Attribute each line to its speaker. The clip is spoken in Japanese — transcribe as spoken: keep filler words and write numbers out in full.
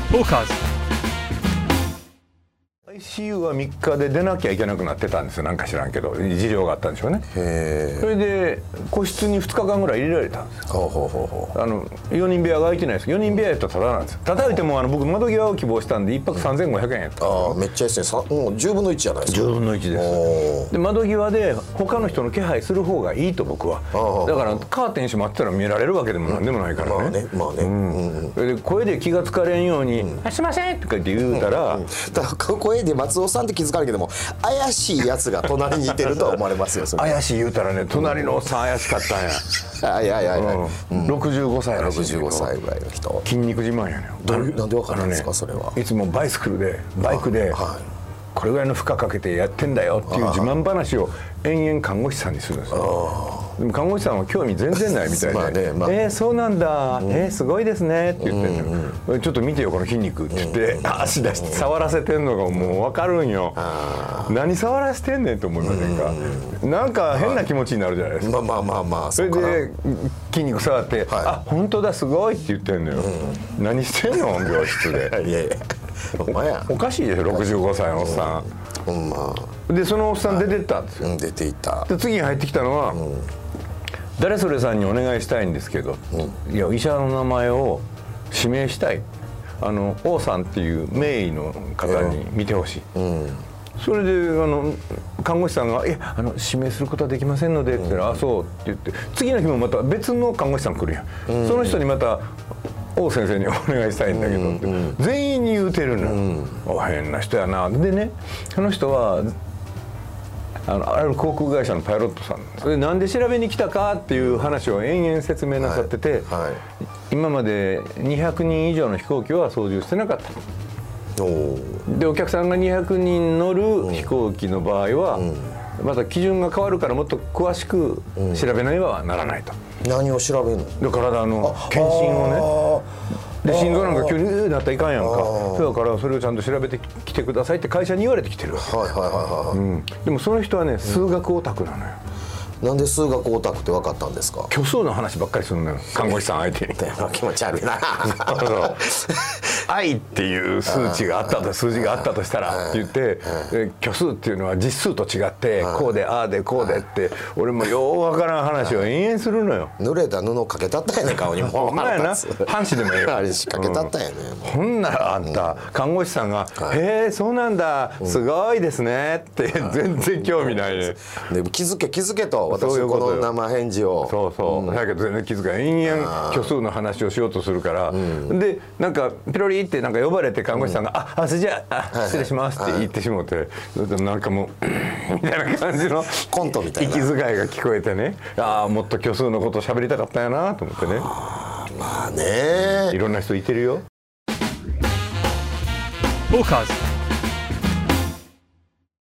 Speaker 1: フォーカス
Speaker 2: アイシーユー はみっかで出なきゃいけなくなってたんですよ。なんか知らんけど事情があったんでしょうね。
Speaker 3: へ
Speaker 2: それで個室にふつかかんぐらい入れられたんですよ。
Speaker 3: ほうほうほうほう。
Speaker 2: あのよにん部屋が空いてないです。よにん部屋やったらタダなんですよ。タダ言ってもあの僕窓際を希望したんでいっぱくさんぜんごひゃくえんやったんですよ。
Speaker 3: ああめっちゃ安い。さもうじゅうぶんのいちじゃないですか。
Speaker 2: じゅうぶんのいちです。で窓際で他の人の気配する方がいいと僕は。だからカーテン閉まってたら見られるわけでもなんでもないからね。
Speaker 3: まあねまあね。うん
Speaker 2: それで声で気がつかれんように「あすいません」とか言って言うたら
Speaker 3: だから声で松尾さんって気づかれるけども怪しいやつが隣にいてるとは思われますよ。それ
Speaker 2: 怪しい言うたらね隣のおっさん怪しかったんや。
Speaker 3: いやいやいや、
Speaker 2: ろくじゅうごさいらしい
Speaker 3: ろくじゅうごさいぐらいの人。
Speaker 2: 筋肉自慢やねん。
Speaker 3: どうなんでわかるんですか、それは。
Speaker 2: いつもバイスクルでバイクでこれぐらいの負荷かけてやってんだよっていう自慢話を延々看護師さんにするんですよ。でも看護師さんは興味全然ないみたいで「まあねまあ、えー、そうなんだ、うん、えー、すごいですね」って言ってんの、うんうん、ちょっと見てよこの筋肉」って言って、うん、足出して触らせてんのがもう分かるんよ。何触らせてんねんと思いませんか。うん、なんか変な気持ちになるじゃないですか。
Speaker 3: まあまあまあまあ
Speaker 2: それで筋肉触って「はい、あ本当だすごい」って言ってんのよ。うん、何してんの病室で。いやいやお前やおかしいでしょろくじゅうごさいのおっさん。
Speaker 3: ほんま
Speaker 2: でそのおっさん出てったんですよ。
Speaker 3: うん、出ていった。
Speaker 2: で次に入ってきたのは、うん、誰それさんにお願いしたいんですけど、うん、いや医者の名前を指名したい、あの王さんっていう名医の方に見てほしい、うん、それであの看護師さんが「いやあの指名することはできませんので」って言ったら「あそう」って言って次の日もまた別の看護師さん来るやん、うん、その人にまた王先生にお願いしたいんだけどって、うん、全員に言うてるのよ、うん、お変な人やな。でねその人はあのある航空会社のパイロットさんそれでなんで調べに来たかっていう話を延々説明なさってて、はいはい、今までにひゃくにん以上の飛行機は操縦してなかった。おでお客さんがにひゃくにん乗る飛行機の場合は、うん、また基準が変わるからもっと詳しく調べなければならないと。
Speaker 3: うん、何を調べるの？
Speaker 2: で体の検診をね。で心臓なんか急に「うー」なったらいかんやんか。だからそれをちゃんと調べてきてくださいって会社に言われてきてるわけ。はいはいはいはい、うん、でもその人はね数学オタクなのよ。
Speaker 3: なんで数学オタクって分かったんですか？
Speaker 2: 虚数の話ばっかりするのよ看護師さん相手に。
Speaker 3: 気持ち悪いな。
Speaker 2: 愛っていう数値があったと数字があったとしたらって言って虚数っていうのは実数と違ってこうでああでこうでって俺もようわからん話を延々するのよ。
Speaker 3: 濡れた布かけたったやね顔にも。
Speaker 2: お前な半紙でもええよ。
Speaker 3: あれかけたったやね。
Speaker 2: ほんならあんた看護師さんが「へえそうなんだすごいですね」って全然興味ないね。
Speaker 3: でも気づけ気づけと。私この生返事を
Speaker 2: そうそう、うん、だけど全然気づかない延々虚数の話をしようとするから、うん、でなんかピロリってなんか呼ばれて看護師さんが「うん、ああそれじゃあ失礼します」って言ってしもて、はい、なんかもうみたいな感じの
Speaker 3: コントみたいな
Speaker 2: 息遣いが聞こえてね、ああもっと虚数のことを喋りたかったんやなと思ってね。
Speaker 3: まあね
Speaker 2: いろんな人いてるよ。
Speaker 1: フォーカス